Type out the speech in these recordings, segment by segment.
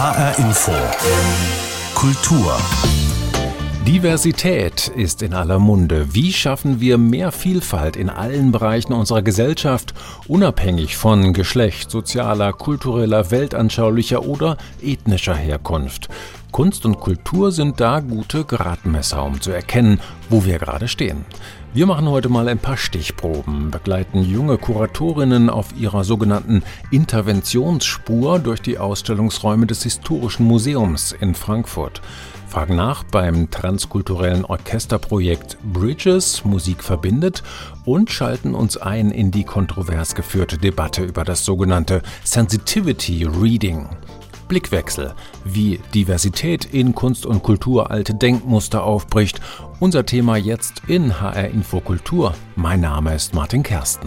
HR Info Kultur. Diversität ist in aller Munde. Wie schaffen wir mehr Vielfalt in allen Bereichen unserer Gesellschaft, unabhängig von Geschlecht, sozialer, kultureller, weltanschaulicher oder ethnischer Herkunft? Kunst und Kultur sind da gute Gradmesser, um zu erkennen, wo wir gerade stehen. Wir machen heute mal ein paar Stichproben, begleiten junge Kuratorinnen auf ihrer sogenannten Interventionsspur durch die Ausstellungsräume des Historischen Museums in Frankfurt. Fragen nach beim transkulturellen Orchesterprojekt Bridges, Musik verbindet, und schalten uns ein in die kontrovers geführte Debatte über das sogenannte Sensitivity Reading. Blickwechsel, wie Diversität in Kunst und Kultur alte Denkmuster aufbricht. Unser Thema jetzt in HR Info Kultur. Mein Name ist Martin Kersten.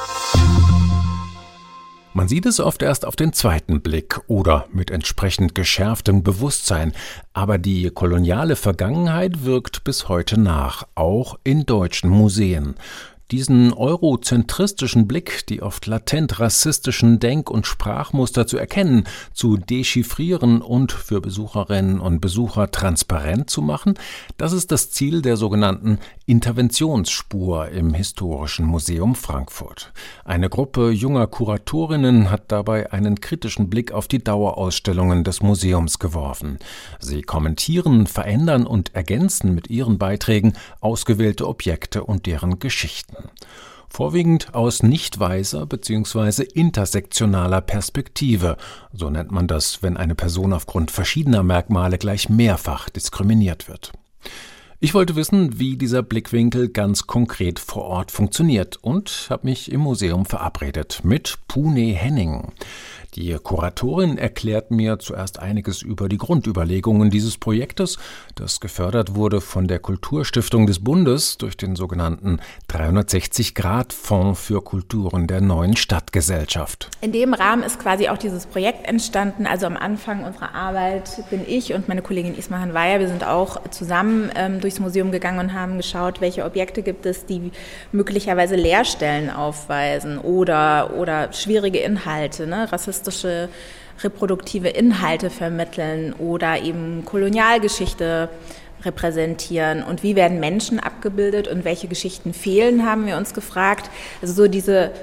Man sieht es oft erst auf den zweiten Blick oder mit entsprechend geschärftem Bewusstsein. Aber die koloniale Vergangenheit wirkt bis heute nach, auch in deutschen Museen. Diesen eurozentristischen Blick, die oft latent rassistischen Denk- und Sprachmuster zu erkennen, zu dechiffrieren und für Besucherinnen und Besucher transparent zu machen, das ist das Ziel der sogenannten Interventionsspur im Historischen Museum Frankfurt. Eine Gruppe junger Kuratorinnen hat dabei einen kritischen Blick auf die Dauerausstellungen des Museums geworfen. Sie kommentieren, verändern und ergänzen mit ihren Beiträgen ausgewählte Objekte und deren Geschichten. Vorwiegend aus nicht weißer bzw. intersektionaler Perspektive, so nennt man das, wenn eine Person aufgrund verschiedener Merkmale gleich mehrfach diskriminiert wird. Ich wollte wissen, wie dieser Blickwinkel ganz konkret vor Ort funktioniert und habe mich im Museum verabredet mit Pune Henning. Die Kuratorin erklärt mir zuerst einiges über die Grundüberlegungen dieses Projektes, das gefördert wurde von der Kulturstiftung des Bundes durch den sogenannten 360-Grad-Fonds für Kulturen der neuen Stadtgesellschaft. In dem Rahmen ist quasi auch dieses Projekt entstanden. Also am Anfang unserer Arbeit bin ich und meine Kollegin Isma Hanwaya, wir sind auch zusammen durchs Museum gegangen und haben geschaut, welche Objekte gibt es, die möglicherweise Leerstellen aufweisen oder schwierige Inhalte, rassistische reproduktive Inhalte vermitteln oder eben Kolonialgeschichte repräsentieren und wie werden Menschen abgebildet und welche Geschichten fehlen, haben wir uns gefragt. Also so diese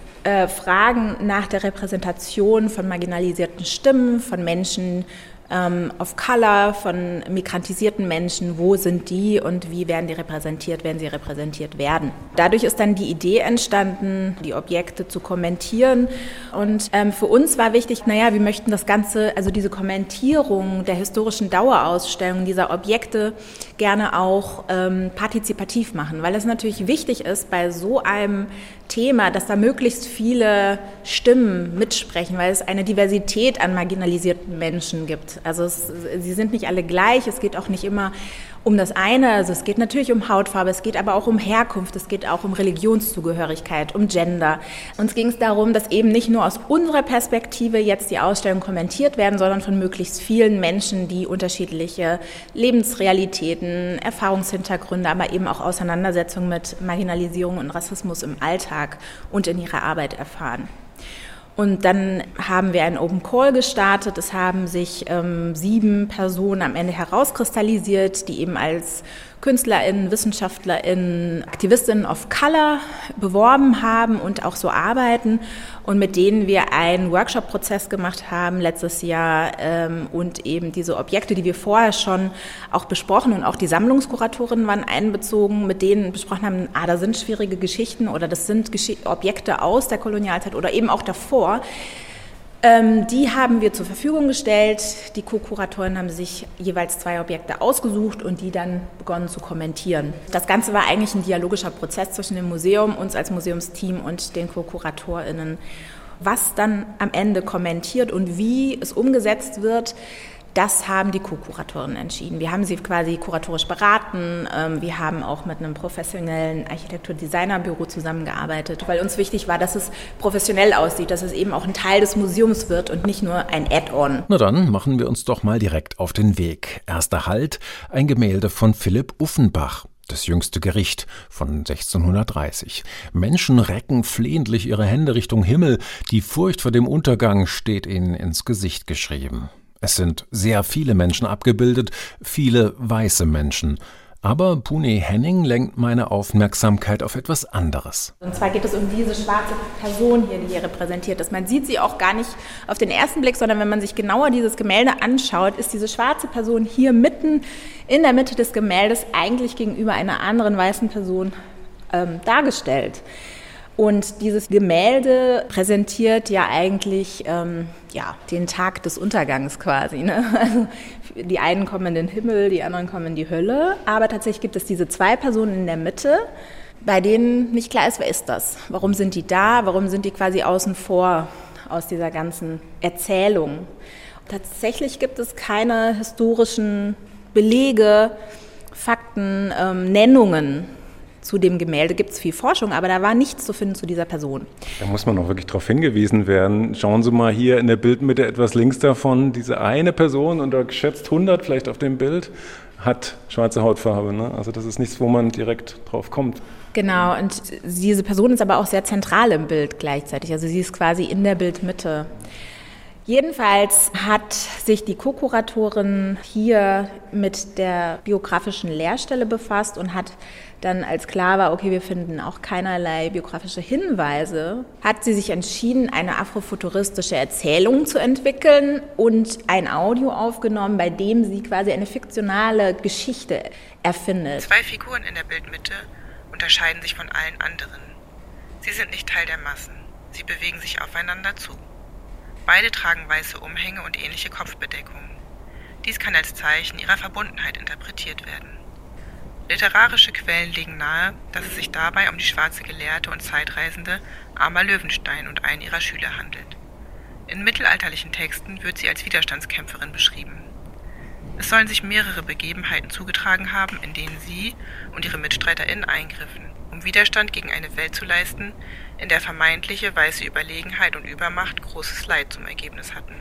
Fragen nach der Repräsentation von marginalisierten Stimmen, von Menschen of Color, von migrantisierten Menschen, wo sind die und wie werden die repräsentiert, wenn sie repräsentiert werden. Dadurch ist dann die Idee entstanden, die Objekte zu kommentieren und für uns war wichtig, wir möchten das Ganze, also diese Kommentierung der historischen Dauerausstellung dieser Objekte gerne auch partizipativ machen, weil es natürlich wichtig ist bei so einem Thema, dass da möglichst viele Stimmen mitsprechen, weil es eine Diversität an marginalisierten Menschen gibt. Also sie sind nicht alle gleich, es geht auch nicht immer um das eine, also es geht natürlich um Hautfarbe, es geht aber auch um Herkunft, es geht auch um Religionszugehörigkeit, um Gender. Uns ging es darum, dass eben nicht nur aus unserer Perspektive jetzt die Ausstellungen kommentiert werden, sondern von möglichst vielen Menschen, die unterschiedliche Lebensrealitäten, Erfahrungshintergründe, aber eben auch Auseinandersetzungen mit Marginalisierung und Rassismus im Alltag und in ihrer Arbeit erfahren. Und dann haben wir einen Open Call gestartet. Es haben sich 7 Personen am Ende herauskristallisiert, die eben als KünstlerInnen, WissenschaftlerInnen, AktivistInnen of Color beworben haben und auch so arbeiten und mit denen wir einen Workshop-Prozess gemacht haben letztes Jahr und eben diese Objekte, die wir vorher schon auch besprochen und auch die Sammlungskuratorinnen waren einbezogen, mit denen besprochen haben, da sind schwierige Geschichten oder das sind Objekte aus der Kolonialzeit oder eben auch davor. Die haben wir zur Verfügung gestellt. Die Co-Kuratoren haben sich jeweils 2 Objekte ausgesucht und die dann begonnen zu kommentieren. Das Ganze war eigentlich ein dialogischer Prozess zwischen dem Museum, uns als Museumsteam und den Co-KuratorInnen. Was dann am Ende kommentiert und wie es umgesetzt wird, das haben die Co-Kuratoren entschieden. Wir haben sie quasi kuratorisch beraten. Wir haben auch mit einem professionellen Architektur-Designer-Büro zusammengearbeitet, weil uns wichtig war, dass es professionell aussieht, dass es eben auch ein Teil des Museums wird und nicht nur ein Add-on. Na dann machen wir uns doch mal direkt auf den Weg. Erster Halt, ein Gemälde von Philipp Uffenbach. Das jüngste Gericht von 1630. Menschen recken flehentlich ihre Hände Richtung Himmel. Die Furcht vor dem Untergang steht ihnen ins Gesicht geschrieben. Es sind sehr viele Menschen abgebildet, viele weiße Menschen. Aber Pune Henning lenkt meine Aufmerksamkeit auf etwas anderes. Und zwar geht es um diese schwarze Person hier, die hier repräsentiert ist. Man sieht sie auch gar nicht auf den ersten Blick, sondern wenn man sich genauer dieses Gemälde anschaut, ist diese schwarze Person hier mitten in der Mitte des Gemäldes eigentlich gegenüber einer anderen weißen Person dargestellt. Und dieses Gemälde präsentiert ja eigentlich den Tag des Untergangs quasi. Ne? Also die einen kommen in den Himmel, die anderen kommen in die Hölle. Aber tatsächlich gibt es diese zwei Personen in der Mitte, bei denen nicht klar ist, wer ist das? Warum sind die da? Warum sind die quasi außen vor aus dieser ganzen Erzählung? Tatsächlich gibt es keine historischen Belege, Fakten, Nennungen. Zu dem Gemälde gibt es viel Forschung, aber da war nichts zu finden zu dieser Person. Da muss man auch wirklich darauf hingewiesen werden. Schauen Sie mal hier in der Bildmitte etwas links davon, diese eine Person, und da geschätzt 100 vielleicht auf dem Bild, hat schwarze Hautfarbe. Ne? Also das ist nichts, wo man direkt drauf kommt. Genau, und diese Person ist aber auch sehr zentral im Bild gleichzeitig. Also sie ist quasi in der Bildmitte. Jedenfalls hat sich die Co-Kuratorin hier mit der biografischen Leerstelle befasst und hat dann, als klar war, okay, wir finden auch keinerlei biografische Hinweise, hat sie sich entschieden, eine afrofuturistische Erzählung zu entwickeln und ein Audio aufgenommen, bei dem sie quasi eine fiktionale Geschichte erfindet. Zwei Figuren in der Bildmitte unterscheiden sich von allen anderen. Sie sind nicht Teil der Massen. Sie bewegen sich aufeinander zu. Beide tragen weiße Umhänge und ähnliche Kopfbedeckungen. Dies kann als Zeichen ihrer Verbundenheit interpretiert werden. Literarische Quellen legen nahe, dass es sich dabei um die schwarze Gelehrte und Zeitreisende Ama Löwenstein und einen ihrer Schüler handelt. In mittelalterlichen Texten wird sie als Widerstandskämpferin beschrieben. Es sollen sich mehrere Begebenheiten zugetragen haben, in denen sie und ihre MitstreiterInnen eingriffen, um Widerstand gegen eine Welt zu leisten, in der vermeintliche weiße Überlegenheit und Übermacht großes Leid zum Ergebnis hatten.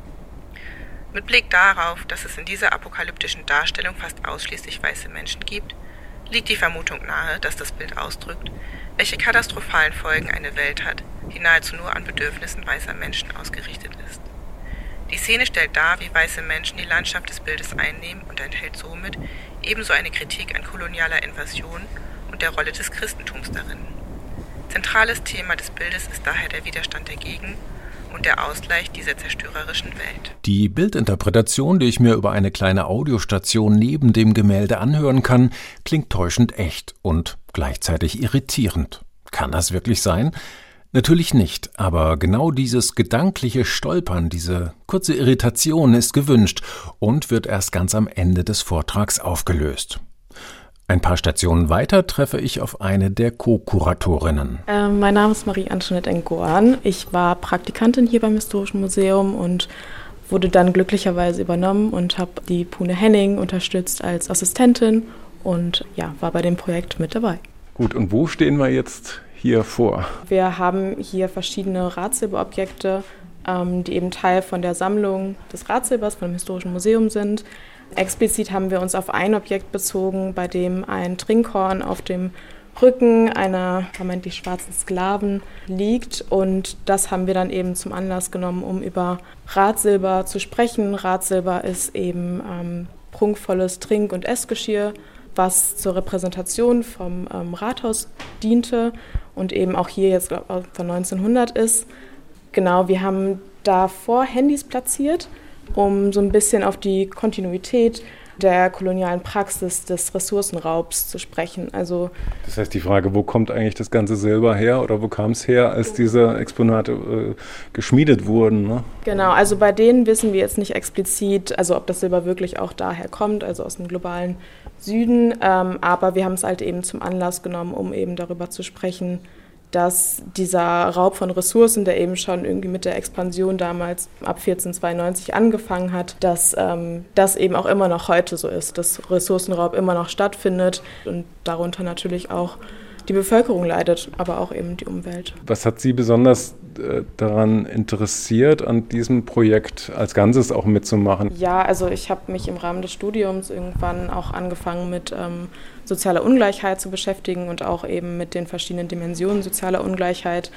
Mit Blick darauf, dass es in dieser apokalyptischen Darstellung fast ausschließlich weiße Menschen gibt, liegt die Vermutung nahe, dass das Bild ausdrückt, welche katastrophalen Folgen eine Welt hat, die nahezu nur an Bedürfnissen weißer Menschen ausgerichtet ist. Die Szene stellt dar, wie weiße Menschen die Landschaft des Bildes einnehmen und enthält somit ebenso eine Kritik an kolonialer Invasion und der Rolle des Christentums darin. Zentrales Thema des Bildes ist daher der Widerstand dagegen und der Ausgleich dieser zerstörerischen Welt. Die Bildinterpretation, die ich mir über eine kleine Audiostation neben dem Gemälde anhören kann, klingt täuschend echt und gleichzeitig irritierend. Kann das wirklich sein? Natürlich nicht, aber genau dieses gedankliche Stolpern, diese kurze Irritation ist gewünscht und wird erst ganz am Ende des Vortrags aufgelöst. Ein paar Stationen weiter treffe ich auf eine der Co-Kuratorinnen. Mein Name ist Marie-Antoinette Ngoan. Ich war Praktikantin hier beim Historischen Museum und wurde dann glücklicherweise übernommen und habe die Pune Henning unterstützt als Assistentin und war bei dem Projekt mit dabei. Gut, und wo stehen wir jetzt hier vor? Wir haben hier verschiedene Ratsilberobjekte, die eben Teil von der Sammlung des Ratsilbers vom Historischen Museum sind. Explizit haben wir uns auf ein Objekt bezogen, bei dem ein Trinkhorn auf dem Rücken einer vermeintlich schwarzen Sklaven liegt. Und das haben wir dann eben zum Anlass genommen, um über Ratsilber zu sprechen. Ratsilber ist eben prunkvolles Trink- und Essgeschirr, was zur Repräsentation vom Rathaus diente und eben auch hier jetzt von 1900 ist. Genau, wir haben davor Handys platziert, um so ein bisschen auf die Kontinuität der kolonialen Praxis des Ressourcenraubs zu sprechen. Also das heißt, die Frage, wo kommt eigentlich das ganze Silber her oder wo kam es her, als diese Exponate geschmiedet wurden? Ne? Genau, also bei denen wissen wir jetzt nicht explizit, also ob das Silber wirklich auch daher kommt, also aus dem globalen Süden, aber wir haben es halt eben zum Anlass genommen, um eben darüber zu sprechen, dass dieser Raub von Ressourcen, der eben schon irgendwie mit der Expansion damals ab 1492 angefangen hat, dass das eben auch immer noch heute so ist, dass Ressourcenraub immer noch stattfindet und darunter natürlich auch die Bevölkerung leidet, aber auch eben die Umwelt. Was hat Sie besonders daran interessiert, an diesem Projekt als Ganzes auch mitzumachen? Ja, also ich habe mich im Rahmen des Studiums irgendwann auch angefangen mit sozialer Ungleichheit zu beschäftigen und auch eben mit den verschiedenen Dimensionen sozialer Ungleichheit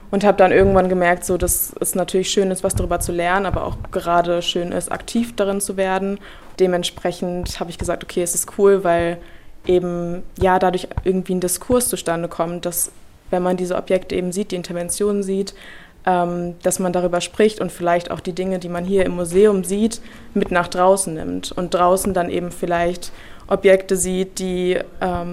und habe dann irgendwann gemerkt, so, dass es natürlich schön ist, was darüber zu lernen, aber auch gerade schön ist, aktiv darin zu werden. Dementsprechend habe ich gesagt, okay, es ist cool, weil eben ja dadurch irgendwie ein Diskurs zustande kommt, dass wenn man diese Objekte eben sieht, die Interventionen sieht, dass man darüber spricht und vielleicht auch die Dinge, die man hier im Museum sieht, mit nach draußen nimmt und draußen dann eben vielleicht Objekte sieht, die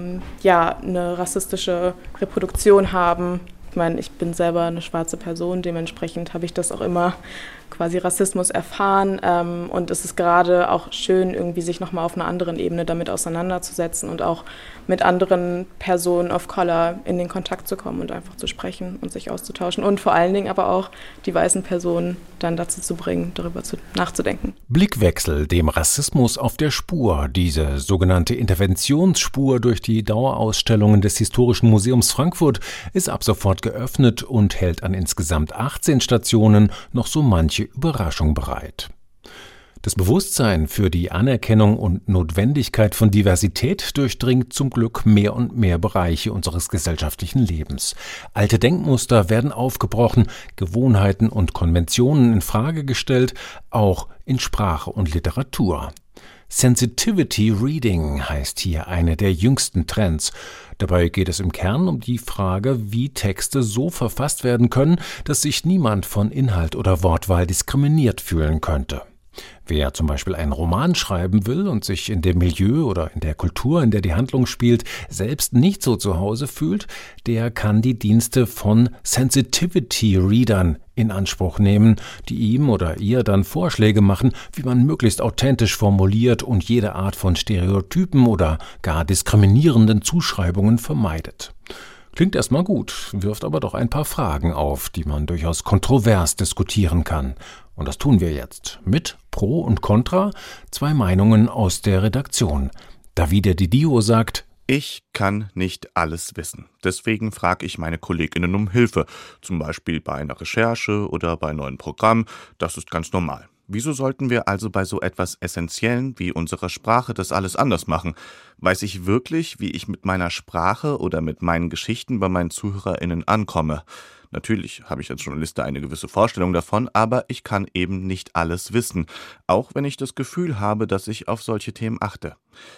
eine rassistische Reproduktion haben. Ich meine, ich bin selber eine schwarze Person, dementsprechend habe ich das auch immer quasi Rassismus erfahren und es ist gerade auch schön, irgendwie sich nochmal auf einer anderen Ebene damit auseinanderzusetzen und auch mit anderen Personen of Color in den Kontakt zu kommen und einfach zu sprechen und sich auszutauschen und vor allen Dingen aber auch die weißen Personen dann dazu zu bringen, darüber nachzudenken. Blickwechsel, dem Rassismus auf der Spur, diese sogenannte Interventionsspur durch die Dauerausstellungen des Historischen Museums Frankfurt ist ab sofort geöffnet und hält an insgesamt 18 Stationen noch so manche Überraschung bereit. Das Bewusstsein für die Anerkennung und Notwendigkeit von Diversität durchdringt zum Glück mehr und mehr Bereiche unseres gesellschaftlichen Lebens. Alte Denkmuster werden aufgebrochen, Gewohnheiten und Konventionen in Frage gestellt, auch in Sprache und Literatur. Sensitivity Reading heißt hier eine der jüngsten Trends. Dabei geht es im Kern um die Frage, wie Texte so verfasst werden können, dass sich niemand von Inhalt oder Wortwahl diskriminiert fühlen könnte. Wer zum Beispiel einen Roman schreiben will und sich in dem Milieu oder in der Kultur, in der die Handlung spielt, selbst nicht so zu Hause fühlt, der kann die Dienste von Sensitivity-Readern in Anspruch nehmen, die ihm oder ihr dann Vorschläge machen, wie man möglichst authentisch formuliert und jede Art von Stereotypen oder gar diskriminierenden Zuschreibungen vermeidet. Klingt erstmal gut, wirft aber doch ein paar Fragen auf, die man durchaus kontrovers diskutieren kann. Und das tun wir jetzt mit Pro und Contra, 2 Meinungen aus der Redaktion. Davide Di Dio sagt: Ich kann nicht alles wissen. Deswegen frage ich meine KollegInnen um Hilfe. Zum Beispiel bei einer Recherche oder bei neuen Programmen. Das ist ganz normal. Wieso sollten wir also bei so etwas Essentiellen wie unserer Sprache das alles anders machen? Weiß ich wirklich, wie ich mit meiner Sprache oder mit meinen Geschichten bei meinen ZuhörerInnen ankomme? Natürlich habe ich als Journalist eine gewisse Vorstellung davon, aber ich kann eben nicht alles wissen, auch wenn ich das Gefühl habe, dass ich auf solche Themen achte.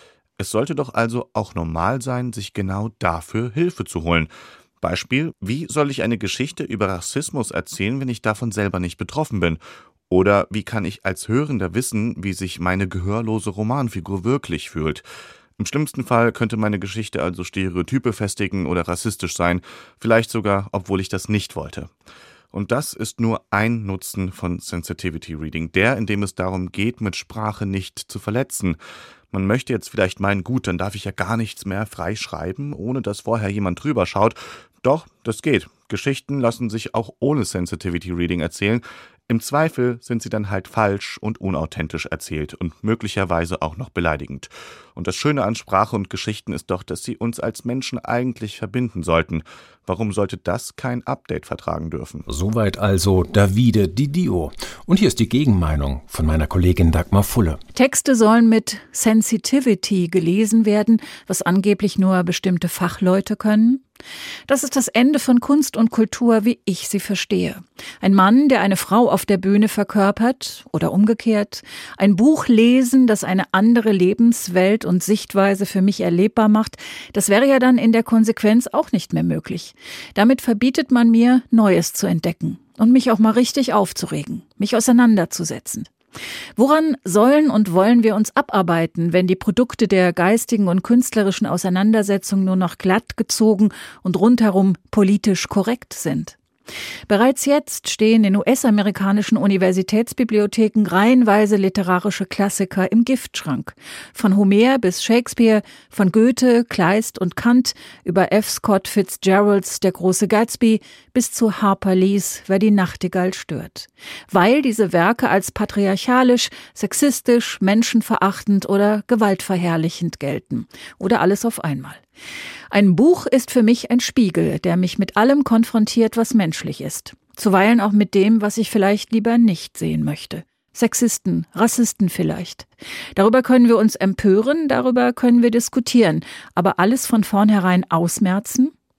Es sollte doch also auch normal sein, sich genau dafür Hilfe zu holen. Beispiel: Wie soll ich eine Geschichte über Rassismus erzählen, wenn ich davon selber nicht betroffen bin? Oder wie kann ich als Hörender wissen, wie sich meine gehörlose Romanfigur wirklich fühlt? Im schlimmsten Fall könnte meine Geschichte also Stereotype festigen oder rassistisch sein, vielleicht sogar, obwohl ich das nicht wollte. Und das ist nur ein Nutzen von Sensitivity Reading, der, in dem es darum geht, mit Sprache nicht zu verletzen. Man möchte jetzt vielleicht meinen, gut, dann darf ich ja gar nichts mehr frei schreiben, ohne dass vorher jemand drüber schaut. Doch, das geht. Geschichten lassen sich auch ohne Sensitivity Reading erzählen. Im Zweifel sind sie dann halt falsch und unauthentisch erzählt und möglicherweise auch noch beleidigend. Und das Schöne an Sprache und Geschichten ist doch, dass sie uns als Menschen eigentlich verbinden sollten. Warum sollte das kein Update vertragen dürfen? Soweit also Davide Di Dio. Und hier ist die Gegenmeinung von meiner Kollegin Dagmar Fulle. Texte sollen mit Sensitivity gelesen werden, was angeblich nur bestimmte Fachleute können. Das ist das Ende von Kunst und Kultur, wie ich sie verstehe. Ein Mann, der eine Frau auf der Bühne verkörpert oder umgekehrt. Ein Buch lesen, das eine andere Lebenswelt und Sichtweise für mich erlebbar macht. Das wäre ja dann in der Konsequenz auch nicht mehr möglich. Damit verbietet man mir, Neues zu entdecken und mich auch mal richtig aufzuregen, mich auseinanderzusetzen. Woran sollen und wollen wir uns abarbeiten, wenn die Produkte der geistigen und künstlerischen Auseinandersetzung nur noch glatt gezogen und rundherum politisch korrekt sind? Bereits jetzt stehen in US-amerikanischen Universitätsbibliotheken reihenweise literarische Klassiker im Giftschrank. Von Homer bis Shakespeare, von Goethe, Kleist und Kant über F. Scott Fitzgeralds Der große Gatsby bis zu Harper Lees Wer die Nachtigall stört. Weil diese Werke als patriarchalisch, sexistisch, menschenverachtend oder gewaltverherrlichend gelten. Oder alles auf einmal. Ein Buch ist für mich ein Spiegel, der mich mit allem konfrontiert, was menschlich ist. Zuweilen auch mit dem, was ich vielleicht lieber nicht sehen möchte. Sexisten, Rassisten vielleicht. Darüber können wir uns empören, darüber können wir diskutieren. Aber alles von vornherein ausmerzen?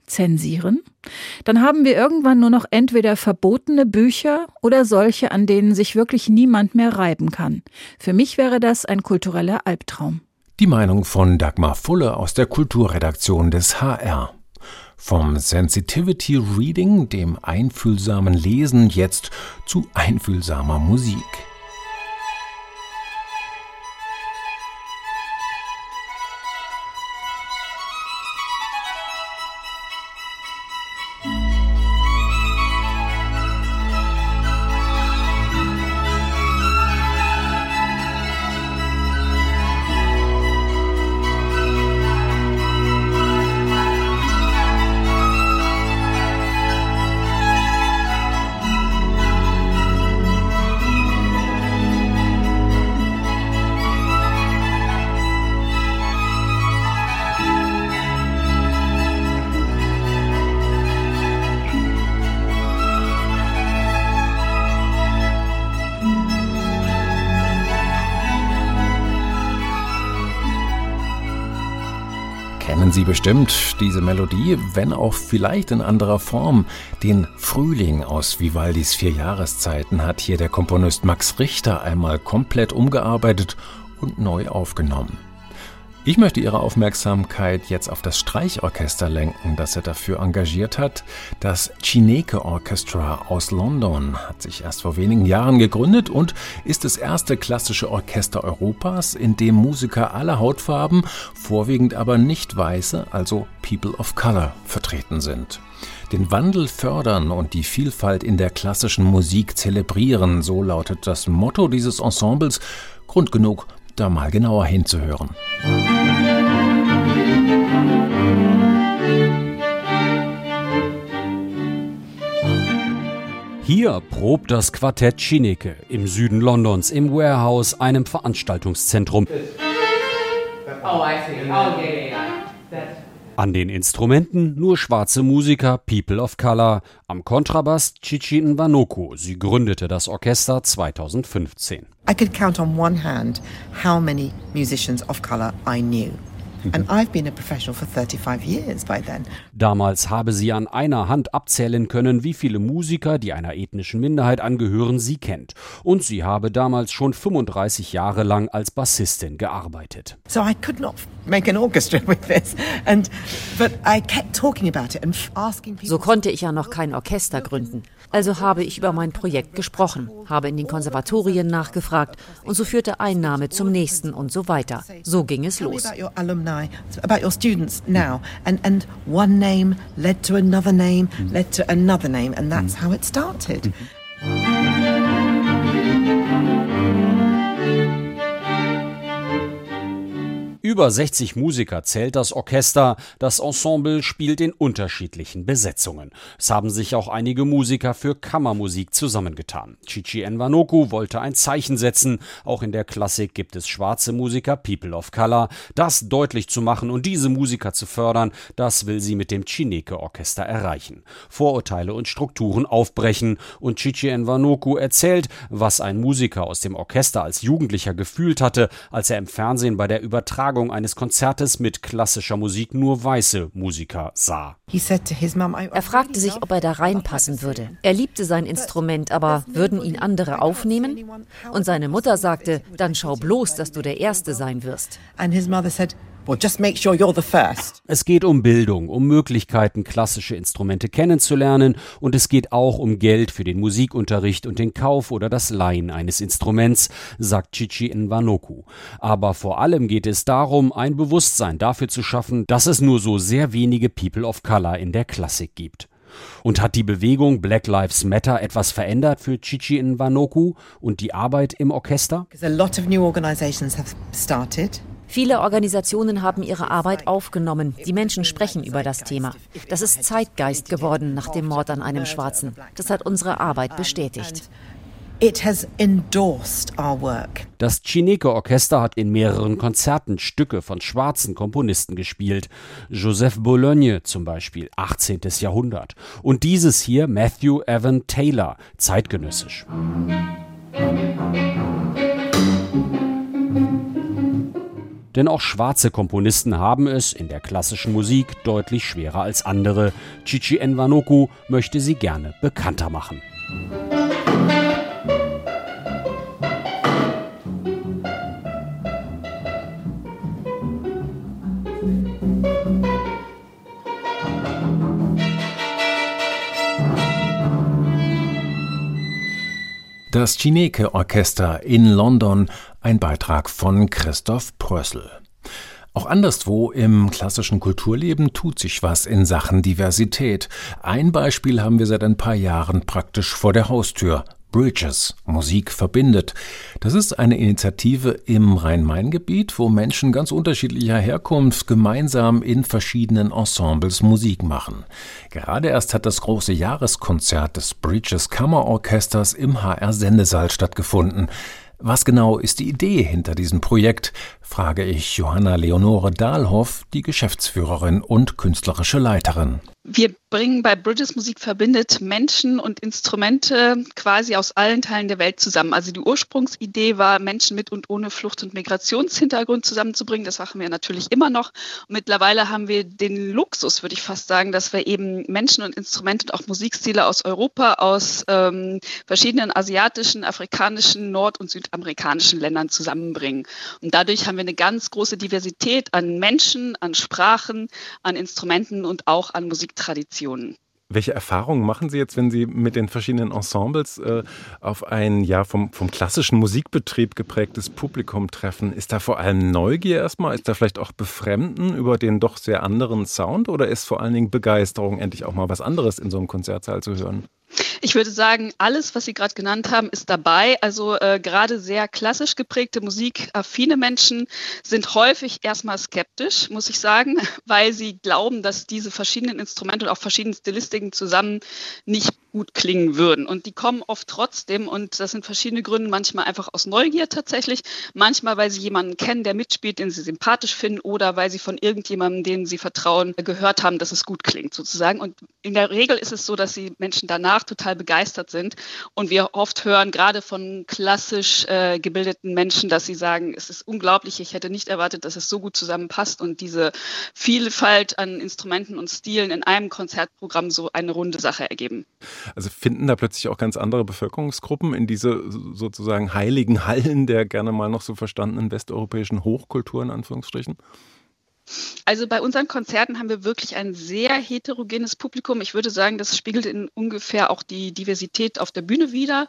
zensieren? Dann haben wir irgendwann nur noch entweder verbotene Bücher oder solche, an denen sich wirklich niemand mehr reiben kann. Für mich wäre das ein kultureller Albtraum. Die Meinung von Dagmar Fulle aus der Kulturredaktion des HR. Vom Sensitivity Reading, dem einfühlsamen Lesen, jetzt zu einfühlsamer Musik. Kennen Sie bestimmt diese Melodie, wenn auch vielleicht in anderer Form. Den Frühling aus Vivaldis 4 Jahreszeiten hat hier der Komponist Max Richter einmal komplett umgearbeitet und neu aufgenommen. Ich möchte Ihre Aufmerksamkeit jetzt auf das Streichorchester lenken, das er dafür engagiert hat. Das Chineke Orchestra aus London hat sich erst vor wenigen Jahren gegründet und ist das erste klassische Orchester Europas, in dem Musiker aller Hautfarben, vorwiegend aber nicht weiße, also People of Color, vertreten sind. Den Wandel fördern und die Vielfalt in der klassischen Musik zelebrieren, so lautet das Motto dieses Ensembles. Grund genug, da mal genauer hinzuhören. Hier probt das Quartett Chineke im Süden Londons im Warehouse, einem Veranstaltungszentrum. An den Instrumenten nur schwarze Musiker, People of Color. Am Kontrabass Chichi Nwanoko. Sie gründete das Orchester 2015. I could count on one hand how many musicians of color I knew. And I've been a professional for 35 years by then. Damals habe sie an einer Hand abzählen können, wie viele Musiker, die einer ethnischen Minderheit angehören, sie kennt. Und sie habe damals schon 35 Jahre lang als Bassistin gearbeitet. So I could not make an orchestra with this. But I kept talking about it and asking people. So konnte ich ja noch kein Orchester gründen. Also habe ich über mein Projekt gesprochen, habe in den Konservatorien nachgefragt und so führte ein Name zum nächsten und so weiter. So ging es los. About your students now, and one name led to another name, led to another name, and that's how it started. Über 60 Musiker zählt das Orchester. Das Ensemble spielt in unterschiedlichen Besetzungen. Es haben sich auch einige Musiker für Kammermusik zusammengetan. Chichi Nwanoko wollte ein Zeichen setzen. Auch in der Klassik gibt es schwarze Musiker, People of Color. Das deutlich zu machen und diese Musiker zu fördern, das will sie mit dem Chineke Orchester erreichen. Vorurteile und Strukturen aufbrechen. Und Chichi Nwanoko erzählt, was ein Musiker aus dem Orchester als Jugendlicher gefühlt hatte, als er im Fernsehen bei der Übertragung eines Konzertes mit klassischer Musik nur weiße Musiker sah. Er fragte sich, ob er da reinpassen würde. Er liebte sein Instrument, aber würden ihn andere aufnehmen? Und seine Mutter sagte, dann schau bloß, dass du der Erste sein wirst. Well, just make sure you're the first. Es geht um Bildung, um Möglichkeiten, klassische Instrumente kennenzulernen und es geht auch um Geld für den Musikunterricht und den Kauf oder das Leihen eines Instruments, sagt Chichi Nwanoko. Aber vor allem geht es darum, ein Bewusstsein dafür zu schaffen, dass es nur so sehr wenige People of Color in der Klassik gibt. Und hat die Bewegung Black Lives Matter etwas verändert für Chichi Nwanoko und die Arbeit im Orchester? A lot of new organizations have started. Viele Organisationen haben ihre Arbeit aufgenommen. Die Menschen sprechen über das Thema. Das ist Zeitgeist geworden nach dem Mord an einem Schwarzen. Das hat unsere Arbeit bestätigt. It has endorsed our work. Das Chineke Orchester hat in mehreren Konzerten Stücke von schwarzen Komponisten gespielt. Joseph Bologne zum Beispiel, 18. Jahrhundert. Und dieses hier Matthew Evan Taylor, zeitgenössisch. Denn auch schwarze Komponisten haben es in der klassischen Musik deutlich schwerer als andere. Chichi Nwanoko möchte sie gerne bekannter machen. Das Chineke-Orchester in London, ein Beitrag von Christoph Prössl. Auch anderswo im klassischen Kulturleben tut sich was in Sachen Diversität. Ein Beispiel haben wir seit ein paar Jahren praktisch vor der Haustür. Bridges, Musik verbindet. Das ist eine Initiative im Rhein-Main-Gebiet, wo Menschen ganz unterschiedlicher Herkunft gemeinsam in verschiedenen Ensembles Musik machen. Gerade erst hat das große Jahreskonzert des Bridges Kammerorchesters im HR-Sendesaal stattgefunden. Was genau ist die Idee hinter diesem Projekt, frage ich Johanna Leonore Dahlhoff, die Geschäftsführerin und künstlerische Leiterin. Wir bringen bei Bridges Musik verbindet Menschen und Instrumente quasi aus allen Teilen der Welt zusammen. Also die Ursprungsidee war, Menschen mit und ohne Flucht- und Migrationshintergrund zusammenzubringen. Das machen wir natürlich immer noch. Und mittlerweile haben wir den Luxus, würde ich fast sagen, dass wir eben Menschen und Instrumente und auch Musikstile aus Europa, aus verschiedenen asiatischen, afrikanischen, nord- und südamerikanischen Ländern zusammenbringen. Und dadurch haben wir eine ganz große Diversität an Menschen, an Sprachen, an Instrumenten und auch an Musiktraditionen. Welche Erfahrungen machen Sie jetzt, wenn Sie mit den verschiedenen Ensembles auf ein vom klassischen Musikbetrieb geprägtes Publikum treffen? Ist da vor allem Neugier erstmal? Ist da vielleicht auch Befremden über den doch sehr anderen Sound? Oder ist vor allen Dingen Begeisterung, endlich auch mal was anderes in so einem Konzertsaal zu hören? Ich würde sagen, alles, was Sie gerade genannt haben, ist dabei. Also gerade sehr klassisch geprägte musikaffine Menschen sind häufig erstmal skeptisch, muss ich sagen, weil sie glauben, dass diese verschiedenen Instrumente und auch verschiedene Stilistiken zusammen nicht gut klingen würden. Und die kommen oft trotzdem und das sind verschiedene Gründe, manchmal einfach aus Neugier tatsächlich, manchmal, weil sie jemanden kennen, der mitspielt, den sie sympathisch finden oder weil sie von irgendjemandem, denen sie vertrauen, gehört haben, dass es gut klingt sozusagen. Und in der Regel ist es so, dass die Menschen danach total begeistert sind und wir oft hören, gerade von klassisch gebildeten Menschen, dass sie sagen, es ist unglaublich, ich hätte nicht erwartet, dass es so gut zusammenpasst und diese Vielfalt an Instrumenten und Stilen in einem Konzertprogramm so eine runde Sache ergeben. Also finden da plötzlich auch ganz andere Bevölkerungsgruppen in diese sozusagen heiligen Hallen der gerne mal noch so verstandenen westeuropäischen Hochkultur in Anführungsstrichen? Also bei unseren Konzerten haben wir wirklich ein sehr heterogenes Publikum. Ich würde sagen, das spiegelt in ungefähr auch die Diversität auf der Bühne wider.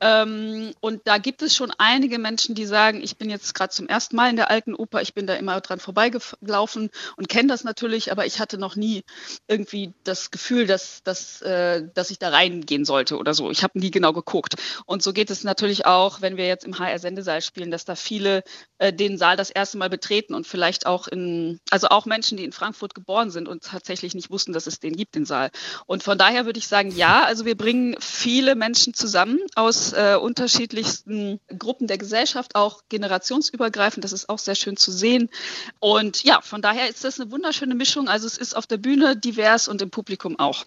Und da gibt es schon einige Menschen, die sagen, ich bin jetzt gerade zum ersten Mal in der Alten Oper, ich bin da immer dran vorbeigelaufen und kenne das natürlich, aber ich hatte noch nie irgendwie das Gefühl, dass ich da reingehen sollte oder so. Ich habe nie genau geguckt. Und so geht es natürlich auch, wenn wir jetzt im HR-Sendesaal spielen, dass da viele den Saal das erste Mal betreten und vielleicht auch also auch Menschen, die in Frankfurt geboren sind und tatsächlich nicht wussten, dass es den gibt, den Saal. Und von daher würde ich sagen, ja, also wir bringen viele Menschen zusammen aus unterschiedlichsten Gruppen der Gesellschaft, auch generationsübergreifend. Das ist auch sehr schön zu sehen. Und ja, von daher ist das eine wunderschöne Mischung. Also es ist auf der Bühne divers und im Publikum auch.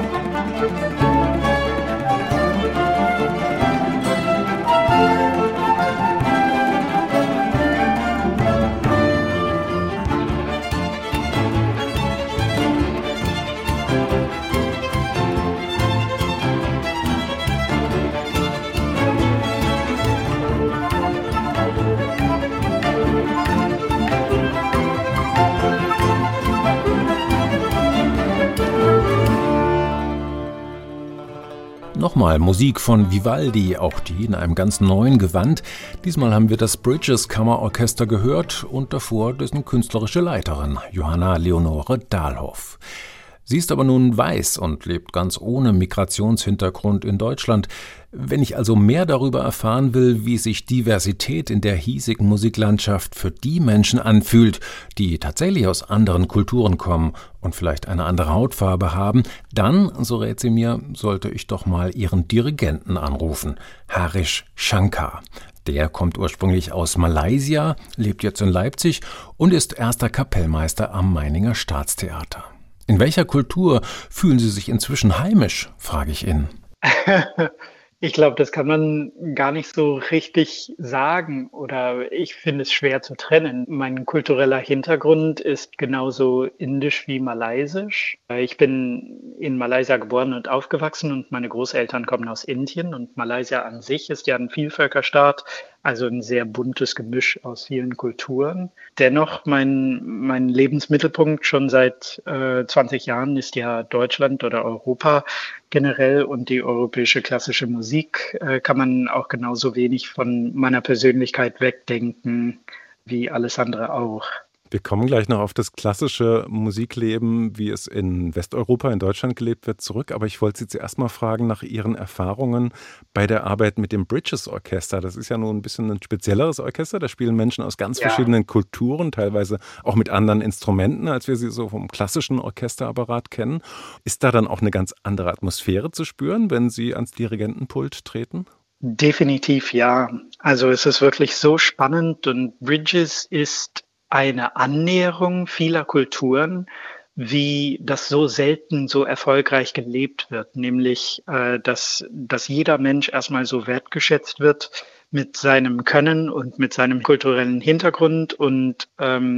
Nochmal Musik von Vivaldi, auch die in einem ganz neuen Gewand. Diesmal haben wir das Bridges Kammerorchester gehört und davor dessen künstlerische Leiterin, Johanna Leonore Dahlhoff. Sie ist aber nun weiß und lebt ganz ohne Migrationshintergrund in Deutschland. Wenn ich also mehr darüber erfahren will, wie sich Diversität in der hiesigen Musiklandschaft für die Menschen anfühlt, die tatsächlich aus anderen Kulturen kommen und vielleicht eine andere Hautfarbe haben, dann, so rät sie mir, sollte ich doch mal ihren Dirigenten anrufen, Harish Shankar. Der kommt ursprünglich aus Malaysia, lebt jetzt in Leipzig und ist erster Kapellmeister am Meininger Staatstheater. In welcher Kultur fühlen Sie sich inzwischen heimisch, frage ich ihn. Ich glaube, das kann man gar nicht so richtig sagen oder ich finde es schwer zu trennen. Mein kultureller Hintergrund ist genauso indisch wie malaysisch. Ich bin in Malaysia geboren und aufgewachsen und meine Großeltern kommen aus Indien und Malaysia an sich ist ja ein Vielvölkerstaat, also ein sehr buntes Gemisch aus vielen Kulturen. Dennoch, mein Lebensmittelpunkt schon seit 20 Jahren ist ja Deutschland oder Europa generell und die europäische klassische Musik kann man auch genauso wenig von meiner Persönlichkeit wegdenken wie alles andere auch. Wir kommen gleich noch auf das klassische Musikleben, wie es in Westeuropa, in Deutschland gelebt wird, zurück. Aber ich wollte Sie zuerst mal fragen nach Ihren Erfahrungen bei der Arbeit mit dem Bridges Orchester. Das ist ja nun ein bisschen ein spezielleres Orchester. Da spielen Menschen aus ganz verschiedenen Kulturen, teilweise auch mit anderen Instrumenten, als wir sie so vom klassischen Orchesterapparat kennen. Ist da dann auch eine ganz andere Atmosphäre zu spüren, wenn Sie ans Dirigentenpult treten? Definitiv ja. Also es ist wirklich so spannend und Bridges ist eine Annäherung vieler Kulturen, wie das so selten so erfolgreich gelebt wird, nämlich dass jeder Mensch erstmal so wertgeschätzt wird mit seinem Können und mit seinem kulturellen Hintergrund und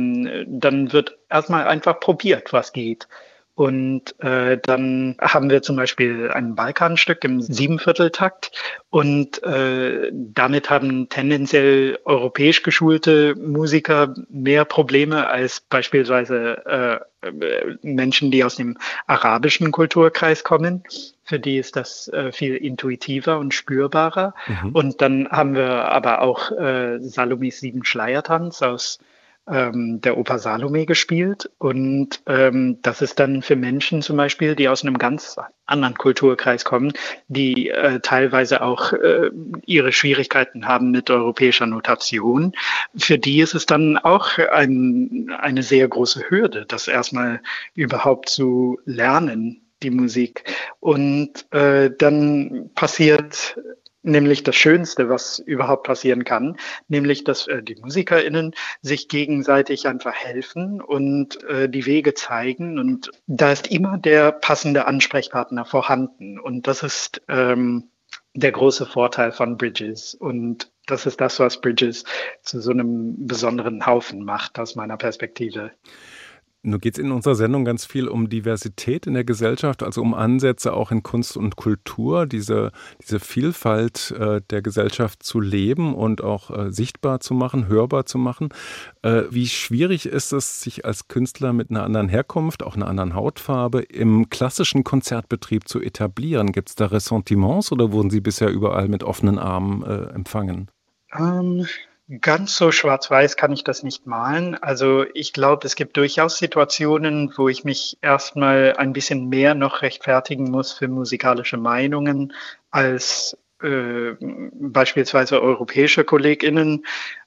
dann wird erstmal einfach probiert, was geht. Und dann haben wir zum Beispiel ein Balkanstück im 7/4-Takt und damit haben tendenziell europäisch geschulte Musiker mehr Probleme als beispielsweise Menschen, die aus dem arabischen Kulturkreis kommen. Für die ist das viel intuitiver und spürbarer. Und dann haben wir aber auch Salomes 7 Schleiertanz aus der Oper Salome gespielt und das ist dann für Menschen zum Beispiel, die aus einem ganz anderen Kulturkreis kommen, die teilweise auch ihre Schwierigkeiten haben mit europäischer Notation. Für die ist es dann auch eine sehr große Hürde, das erstmal überhaupt zu lernen, die Musik. Und dann passiert nämlich das Schönste, was überhaupt passieren kann, nämlich, dass die MusikerInnen sich gegenseitig einfach helfen und die Wege zeigen. Und da ist immer der passende Ansprechpartner vorhanden. Und das ist der große Vorteil von Bridges. Und das ist das, was Bridges zu so einem besonderen Haufen macht, aus meiner Perspektive. Nun geht es in unserer Sendung ganz viel um Diversität in der Gesellschaft, also um Ansätze auch in Kunst und Kultur, diese Vielfalt der Gesellschaft zu leben und auch sichtbar zu machen, hörbar zu machen. Wie schwierig ist es, sich als Künstler mit einer anderen Herkunft, auch einer anderen Hautfarbe im klassischen Konzertbetrieb zu etablieren? Gibt es da Ressentiments oder wurden Sie bisher überall mit offenen Armen empfangen? Ganz so schwarz-weiß kann ich das nicht malen. Also ich glaube, es gibt durchaus Situationen, wo ich mich erstmal ein bisschen mehr noch rechtfertigen muss für musikalische Meinungen als beispielsweise europäische KollegInnen.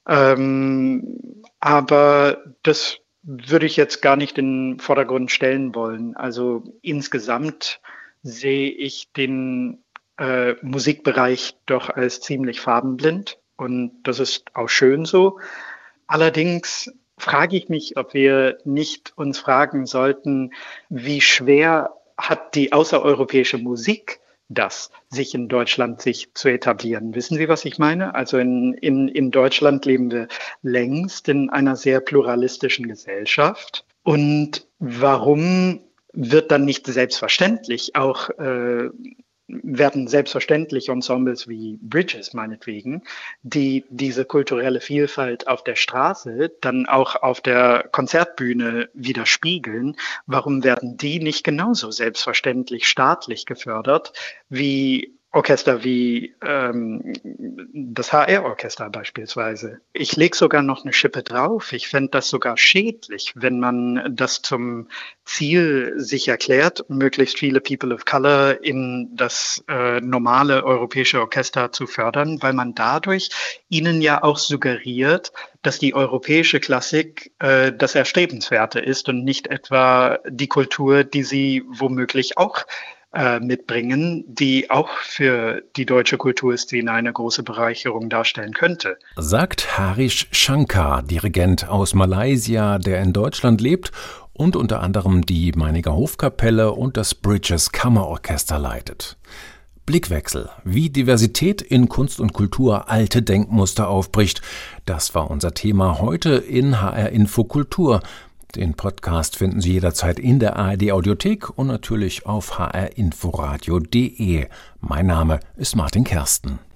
Aber das würde ich jetzt gar nicht in den Vordergrund stellen wollen. Also insgesamt sehe ich den Musikbereich doch als ziemlich farbenblind. Und das ist auch schön so. Allerdings frage ich mich, ob wir nicht uns fragen sollten, wie schwer hat die außereuropäische Musik das, sich in Deutschland zu etablieren. Wissen Sie, was ich meine? Also in Deutschland leben wir längst in einer sehr pluralistischen Gesellschaft. Und warum wird dann nicht selbstverständlich auch werden selbstverständlich Ensembles wie Bridges meinetwegen, die diese kulturelle Vielfalt auf der Straße dann auch auf der Konzertbühne widerspiegeln. Warum werden die nicht genauso selbstverständlich staatlich gefördert wie Orchester wie das HR-Orchester beispielsweise? Ich lege sogar noch eine Schippe drauf. Ich fände das sogar schädlich, wenn man das zum Ziel sich erklärt, möglichst viele People of Color in das normale europäische Orchester zu fördern, weil man dadurch ihnen ja auch suggeriert, dass die europäische Klassik das Erstrebenswerte ist und nicht etwa die Kultur, die sie womöglich auch mitbringen, die auch für die deutsche Kulturszene eine große Bereicherung darstellen könnte. Sagt Harish Shankar, Dirigent aus Malaysia, der in Deutschland lebt und unter anderem die Meininger Hofkapelle und das Bridges Kammerorchester leitet. Blickwechsel, wie Diversität in Kunst und Kultur alte Denkmuster aufbricht. Das war unser Thema heute in HR Info Kultur. Den Podcast finden Sie jederzeit in der ARD Audiothek und natürlich auf hrinforadio.de. Mein Name ist Martin Kersten.